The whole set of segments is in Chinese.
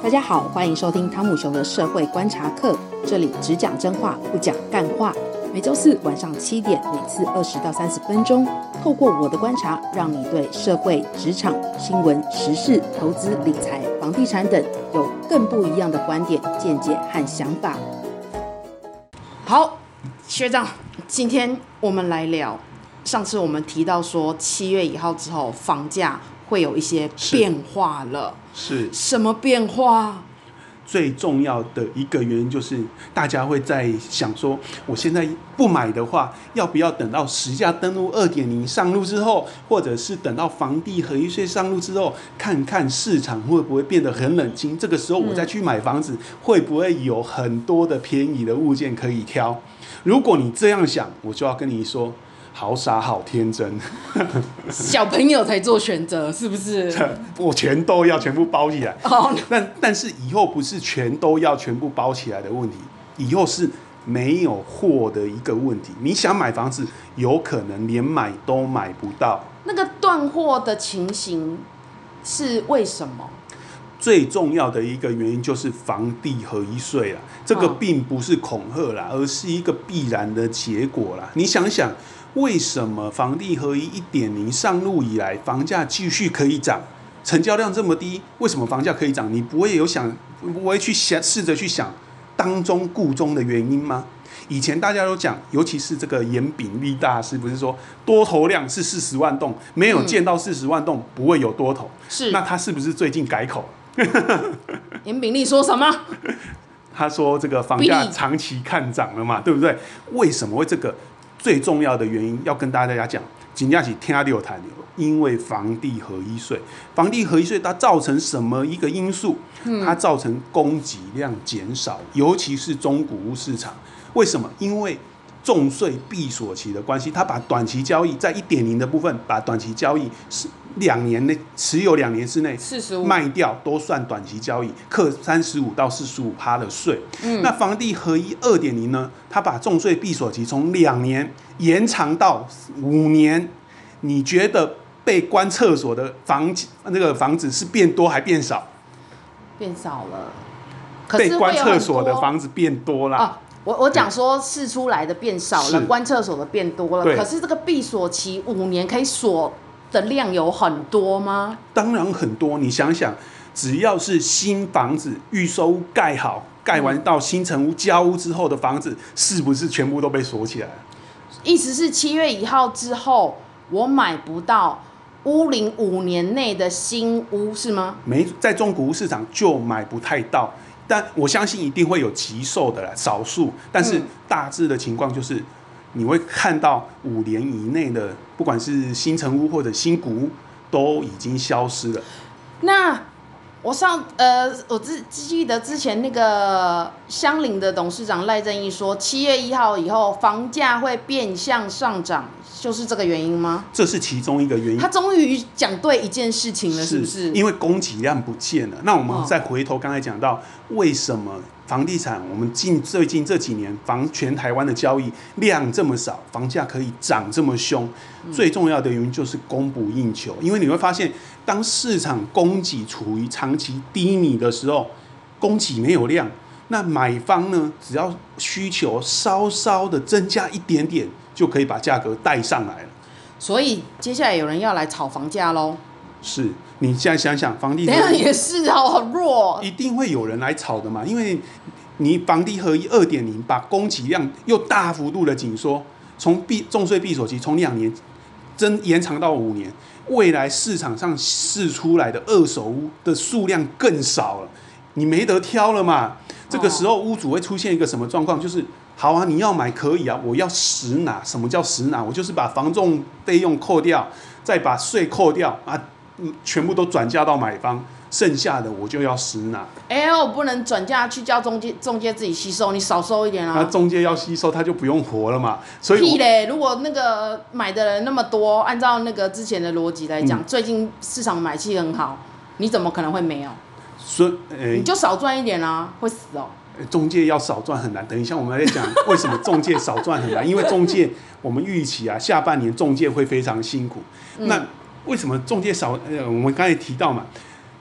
大家好，欢迎收听汤姆熊的社会观察课，这里只讲真话，不讲干话。每周四晚上7点，每次20到30分钟，透过我的观察，让你对社会、职场、新闻、时事、投资、理财、房地产等有更不一样的观点、见解和想法。好，学长，今天我们来聊，上次我们提到说7月1号之后房价会有一些变化了。 是什么变化？ 最重要的一个原因就是大家会在想说，我现在不买的话，要不要等到实价登录 2.0 上路之后，或者是等到房地合一税上路之后，看看市场会不会变得很冷清，这个时候我再去买房子，会不会有很多的便宜的物件可以挑？如果你这样想，我就要跟你说，好傻好天真， 小朋友才做选择，是不是？ 我全都要全部包起来。 Oh. 但是以后不是全都要全部包起来的问题，以后是没有货的一个问题。你想买房子，有可能连买都买不到。 那个断货的情形是为什么？ 最重要的一个原因就是房地合一税啦，这个并不是恐吓啦，而是一个必然的结果啦。你想想，为什么房地合一 1.0 上路以来，房价继续可以涨，成交量这么低，为什么房价可以涨？你不会去试着去想当中故中的原因吗？以前大家都讲，尤其是这个严炳立大师，不是说多头量是40万栋，没有见到40万栋不会有多头。 是， 那他是不是最近改口？ 严炳立说什么？ 他说这个房价长期看涨了嘛，对不对？为什么会这个？最重要的原因要跟大家讲，真的是听到谈牛，因为房地合一税。房地合一税它造成什么一个因素？它造成供给量减少，尤其是中古屋市场。为什么？因为重税闭锁期的关系，它把短期交易在 1.0 的部分，把短期交易是2年内持有2年之内卖掉都算短期交易，课35%到45%的税。那房地合一 2.0 呢？它把重税闭锁期从2年延长到5年。你觉得被关厕所的房子是变多还变少？ 变少了。 被关厕所的房子变多啦。 我讲说试出来的变少了，关厕所的变多了，可是这个闭锁期5年可以锁的量有很多吗？ 当然很多，你想想，只要是新房子预售屋盖好，盖完到新成屋交屋之后的房子，是不是全部都被锁起来了？ 意思是7月1号之后，我买不到屋龄5年内的新屋是吗？ 在中古屋市场就买不太到。但我相信一定会有急售的啦，少数，但是大致的情况就是，你会看到5年以内的，不管是新成屋或者新古屋，都已经消失了。 那我记得之前那个香菱的董事长赖正义说，7月1号以后房价会变相上涨，就是这个原因吗？ 这是其中一个原因。 他终于讲对一件事情了，是不是？ 因为供给量不见了。那我们再回头刚才讲到，为什么房地产我们最近这几年全台湾的交易量这么少，房价可以涨这么凶？最重要的原因就是供不应求。因为你会发现，当市场供给处于长期低迷的时候，供给没有量，那买方呢，只要需求稍稍的增加一点点，就可以把价格带上来了。所以接下来有人要来炒房价咯。 是，你现在想想，房地产等一下也是很弱， 一定会有人来炒的嘛，因为你房地合一 2.0 把供给量又大幅度的紧缩，从重税闭锁期从2年延长到5年，未来市场上释出来的二手屋的数量更少了，你没得挑了嘛。这个时候屋主会出现一个什么状况？就是好啊，你要买可以啊，我要实拿。什么叫实拿？我就是把房仲费用扣掉，再把税扣掉啊，全部都转嫁到买方，剩下的我就要实拿。 我不能转嫁去叫中介自己吸收，你少收一点啊。 那中介要吸收，他就不用活了嘛。所以屁嘞！如果那个买的人那么多，按照那个之前的逻辑来讲，最近市场买气很好，你怎么可能会没有？你就少赚一点啊，会死哦。 中介要少赚很难。等一下我们来讲为什么中介少赚很难，因为中介我们预期啊，下半年中介会非常辛苦。那为什么中介少？我们刚才提到嘛，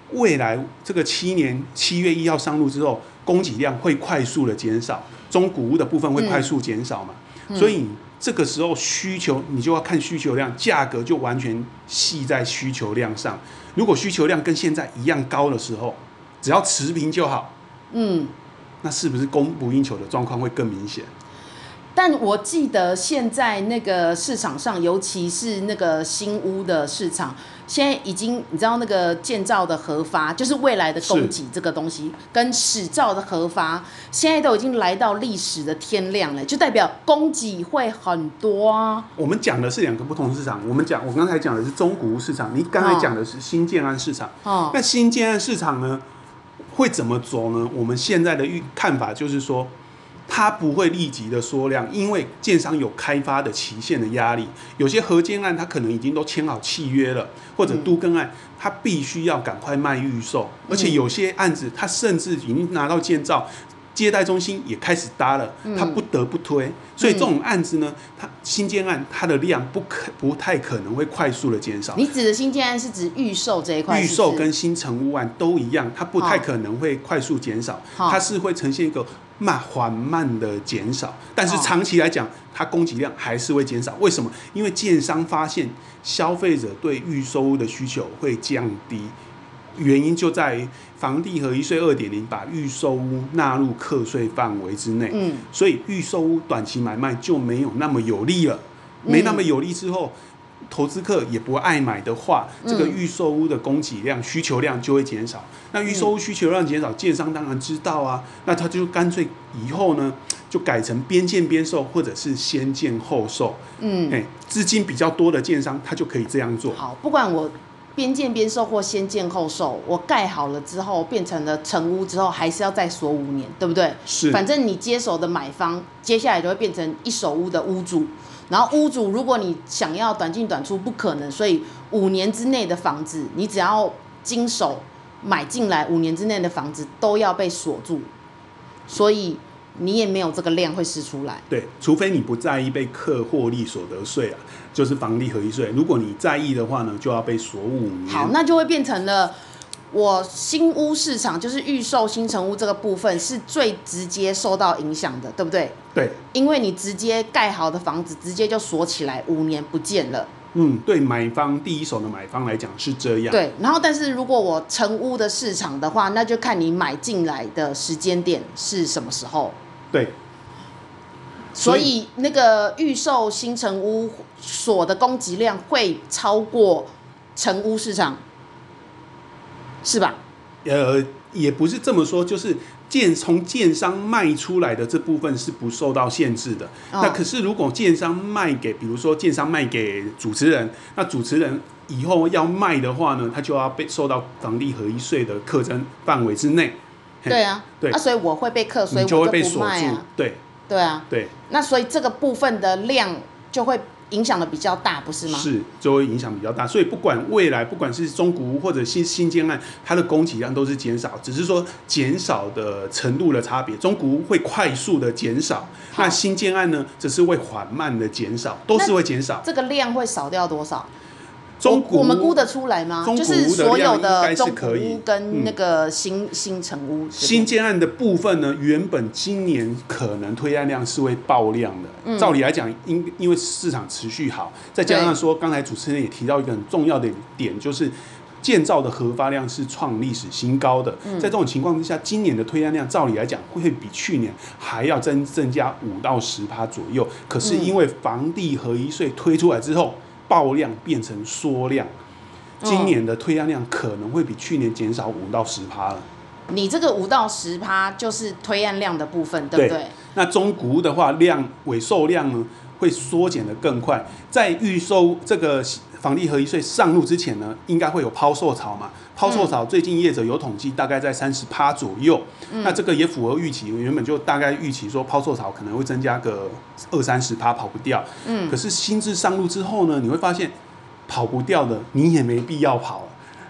未来这个7月1号上路之后，供给量会快速的减少，中古屋的部分会快速减少嘛，所以这个时候需求你就要看需求量，价格就完全系在需求量上。如果需求量跟现在一样高的时候，只要持平就好，那是不是供不应求的状况会更明显？ 但我记得现在那个市场上，尤其是那个新屋的市场，现在已经你知道那个建造的核发，就是未来的供给这个东西，跟使照的核发，现在都已经来到历史的天量了，就代表供给会很多啊。 我们讲的是2个不同市场，我刚才讲的是中古屋市场，你刚才讲的是新建案市场。那新建案市场呢，会怎么走呢？我们现在的看法就是说，它不会立即的缩量，因为建商有开发的期限的压力。有些合建案它可能已经都签好契约了，或者都更案，它必须要赶快卖预售，而且有些案子它甚至已经拿到建造。接待中心也开始搭了，它不得不推，所以这种案子呢，它新建案它的量不太可能会快速的减少。 你指的新建案是指预售这一块？ 预售跟新成屋案都一样，它不太可能会快速减少，它是会呈现一个缓慢的减少，但是长期来讲，它供给量还是会减少。为什么？因为建商发现消费者对预售屋的需求会降低。原因就在于房地合一税2.0把预售屋纳入课税范围之内，所以预售屋短期买卖就没有那么有利了。没那么有利之后，投资客也不爱买的话，这个预售屋的供给量、需求量就会减少。那预售屋需求量减少，建商当然知道啊，那他就干脆以后呢，就改成边建边售，或者是先建后售。资金比较多的建商，他就可以这样做。 好，不管我边建边售或先建后售，我盖好了之后变成了成屋之后，还是要再锁5年，对不对？ 是。 反正你接手的买方，接下来就会变成一手屋的屋主。然后屋主，如果你想要短进短出，不可能，所以5年之内的房子，你只要经手买进来，5年之内的房子都要被锁住，所以你也没有这个量会释出来。 对，除非你不在意被课获利所得税啊，就是房地合一税。如果你在意的话呢，就要被锁5年。 好，那就会变成了我新屋市场，就是预售新成屋这个部分是最直接受到影响的，对不对？ 对， 因为你直接盖好的房子直接就锁起来，5年不见了。 对买方第一手的买方来讲是这样。 对，然后但是如果我成屋的市场的话，那就看你买进来的时间点是什么时候。 对， 所以那个预售新成屋所的供给量会超过成屋市场，是吧？ 也不是这么说，就是从建商卖出来的这部分是不受到限制的。那可是如果建商卖给，比如说建商卖给主持人，那主持人以后要卖的话呢，他就要被受到房地合一税的课征范围之内。 对啊，对，所以我会被课，所以我就会被不卖啊。对啊， 对。 那所以这个部分的量就会影响的比较大，不是吗？ 是，就会影响比较大。所以不管未来，不管是中古屋或者新建案，它的供给量都是减少，只是说减少的程度的差别。中古屋会快速的减少，那新建案呢，只是会缓慢的减少，都是会减少。 这个量会少掉多少？ 我们估得出来吗？就是所有的中古屋跟那个新成屋。 新建案的部分呢，原本今年可能推案量是会爆量的。照理来讲，因为市场持续好，再加上说刚才主持人也提到一个很重要的点，就是建造的核发量是创历史新高的。在这种情况之下，今年的推案量照理来讲会比去年还要增加5到10%左右。可是因为房地合一税推出来之后，爆量变成缩量，今年的推案量可能会比去年减少5到10%了。 你这个5到10%就是推案量的部分，对不对？ 那中古屋的话，尾售量呢会缩减的更快。在预售这个房地合一税上路之前呢，应该会有抛售潮嘛？抛售潮最近业者有统计，大概在30%左右。那这个也符合预期，原本就大概预期说抛售潮可能会增加个20-30%，跑不掉。可是新制上路之后呢，你会发现跑不掉的，你也没必要跑。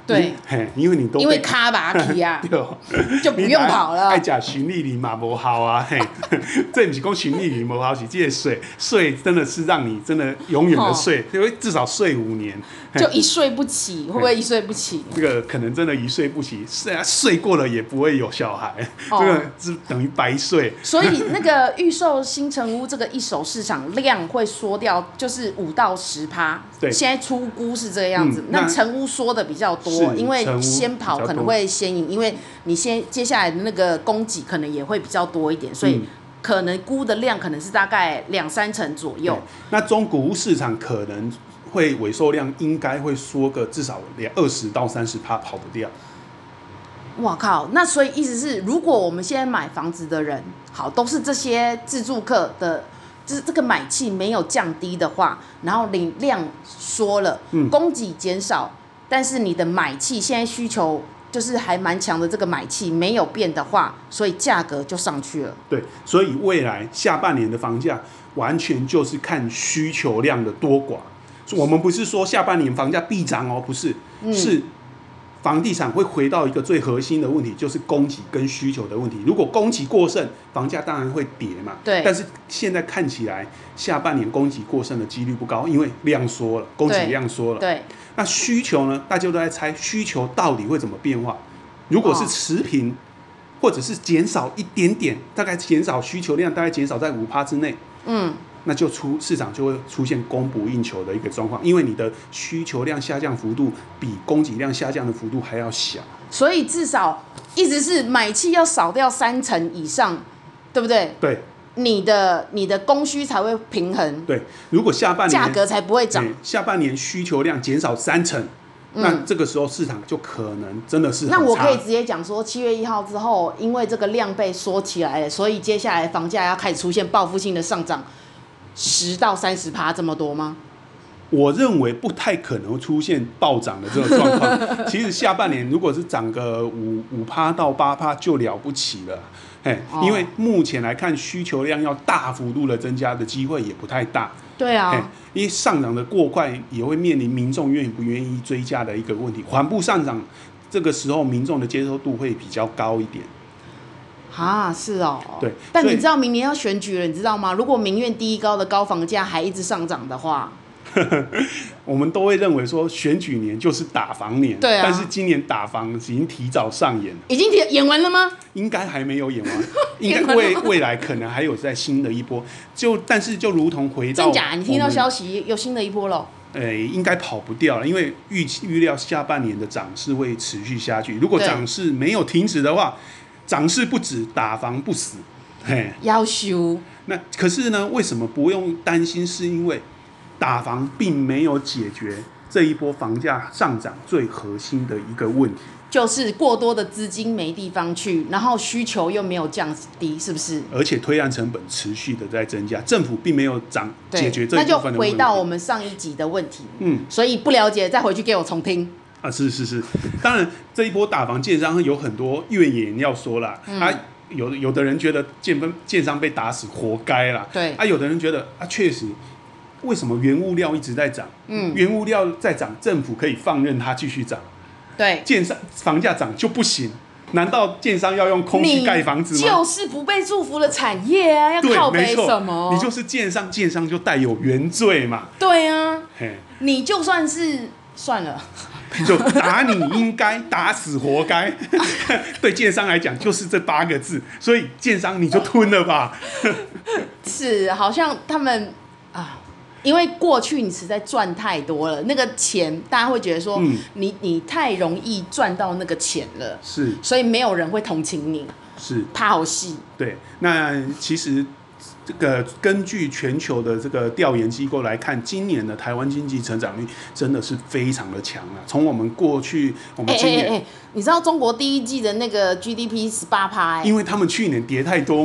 对， 因为你都因为卡巴皮啊， 对， 就不用跑了。 爱讲循利林嘛不好啊，这不是讲循利林不好，是这个睡真的是让你真的永远的睡，因为至少睡5年， 就一睡不起，会不会一睡不起？ 这个可能真的一睡不起，睡过了也不会有小孩，这个是等于白睡。 所以那个预售新成屋这个一手市场量会缩掉，就是5%到10%。 对， 现在初估是这个样子。那成屋说的比较多，因为先跑可能会先赢，因为你接下来的那个供给可能也会比较多一点，所以可能估的量可能是大概2-3成左右。 那中古屋市场可能会尾售量应该会缩个至少20%到30%跑不掉。 哇靠！那所以意思是，如果我们现在买房子的人，好，都是这些自住客的。就是这个买气没有降低的话，然后你量缩了，供给减少，但是你的买气现在需求就是还蛮强的，这个买气没有变的话，所以价格就上去了。 对，所以未来下半年的房价完全就是看需求量的多寡。我们不是说下半年房价必涨哦，不是，是房地产会回到一个最核心的问题，就是供给跟需求的问题。如果供给过剩，房价当然会跌嘛。 对。 但是现在看起来，下半年供给过剩的几率不高，因为量缩了，供给量缩了。 对。 那需求呢？大家都在猜需求到底会怎么变化？如果是持平，或者是减少一点点，大概减少需求量，大概减少在5%之内。那就市场就会出现供不应求的一个状况，因为你的需求量下降幅度比供给量下降的幅度还要小， 所以至少意思是买气要少掉3成以上，对不对？ 对， 你的供需才会平衡。 对，如果下半年价格才不会涨， 下半年需求量减少3成，那这个时候市场就可能真的是很差。 那我可以直接讲说，7月1号之后，因为这个量被缩起来了，所以接下来房价要开始出现报复性的上涨。10%到30%这么多吗？ 我认为不太可能出现暴涨的这种状况。其实下半年如果是涨个5%到8%就了不起了，因为目前来看需求量要大幅度的增加的机会也不太大。 对啊， 因为上涨的过快也会面临民众愿不愿意追加的一个问题。缓步上涨，这个时候民众的接受度会比较高一点。 是哦。 对， 但你知道明年要选举了，你知道吗？如果民怨第一高的高房价还一直上涨的话， 我们都会认为说选举年就是打房年。 对啊。 但是今年打房已经提早上演了。 已经演完了吗？ 应该还没有演完，应该未来可能还有在新的一波。但是就如同回到真假，你听到消息有新的一波了。 应该跑不掉了，因为预料下半年的涨势会持续下去。如果涨势没有停止的话，涨势不止，打房不死， 要修。 那可是呢，为什么不用担心？是因为打房并没有解决这一波房价上涨最核心的一个问题， 就是过多的资金没地方去，然后需求又没有降低，是不是？ 而且推案成本持续的在增加，政府并没有解决这一部分的问题。 那就回到我们上一集的问题。所以不了解再回去给我重听。 是，当然这一波打房建商有很多怨言要说啦。有的人觉得建商被打死活该啦。 对。 有的人觉得确实，为什么原物料一直在涨？原物料在涨，政府可以放任它继续涨。 对。 建商房价涨就不行？难道建商要用空气盖房子吗？ 你就是不被祝福的产业啊，要靠北什么？ 你就是建商就带有原罪嘛。 对啊。你就算是算了。 就打你应该，打死活该。对建商来讲就是这8个字，所以建商你就吞了吧。 是，好像他们因为过去你实在赚太多了，那个钱大家会觉得说，你太容易赚到那个钱了， 是， 所以没有人会同情你， 是， 怕好戏。 对，那其实。这个根据全球的这个调研机构来看，今年的台湾经济成长率真的是非常的强啊！从我们过去，我们今年， 你知道中国第一季的那个 GDP 18%， 因为他们去年跌太多嘛，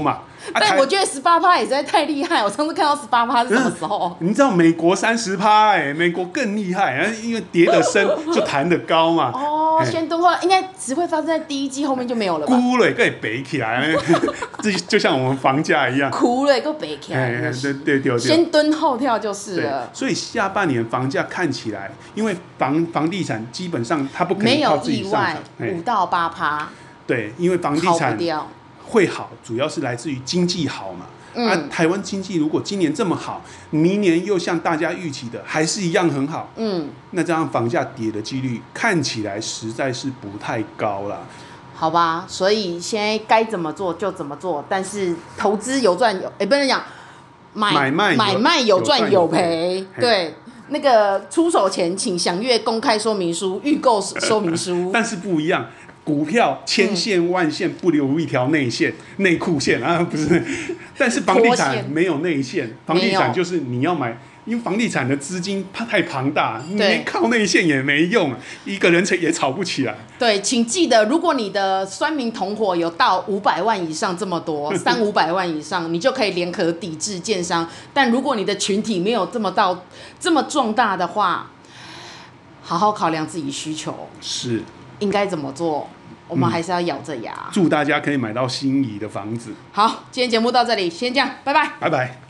但我觉得18%也实在太厉害。我上次看到18%是什么时候？ 你知道美国30%美国更厉害，因为跌得深就弹得高嘛。 哦，先蹲后应该只会发生在第一季，后面就没有了吧？ 哭了可以背起来，就像我们房价一样， 哭了又背起来。 对， 先蹲后跳就是了。 所以下半年房价看起来，因为房地产基本上它不可能靠自己上涨 ，5%到8%。 对，因为房地产会好，主要是来自于经济好嘛。台湾经济如果今年这么好，明年又像大家预期的还是一样很好，那这样房价跌的几率看起来实在是不太高啦。 好吧，所以现在该怎么做就怎么做，但是投资有赚有，不能讲买卖有赚有赔，对。那个出手前请详阅公开说明书、预购说明书。 但是不一样，股票千线万线不留一条内线、内裤线啊，不是。但是房地产没有内线，房地产就是你要买，因为房地产的资金太庞大，你靠内线也没用，一个人也炒不起来。对， 请记得，如果你的酸民同伙有到500万以上这么多，300-500万以上，你就可以联合抵制建商。但如果你的群体没有这么壮大的话，好好考量自己需求， 是应该怎么做。我们还是要咬着牙。 祝大家可以买到心仪的房子。 好，今天节目到这里，先这样，拜拜。 拜拜。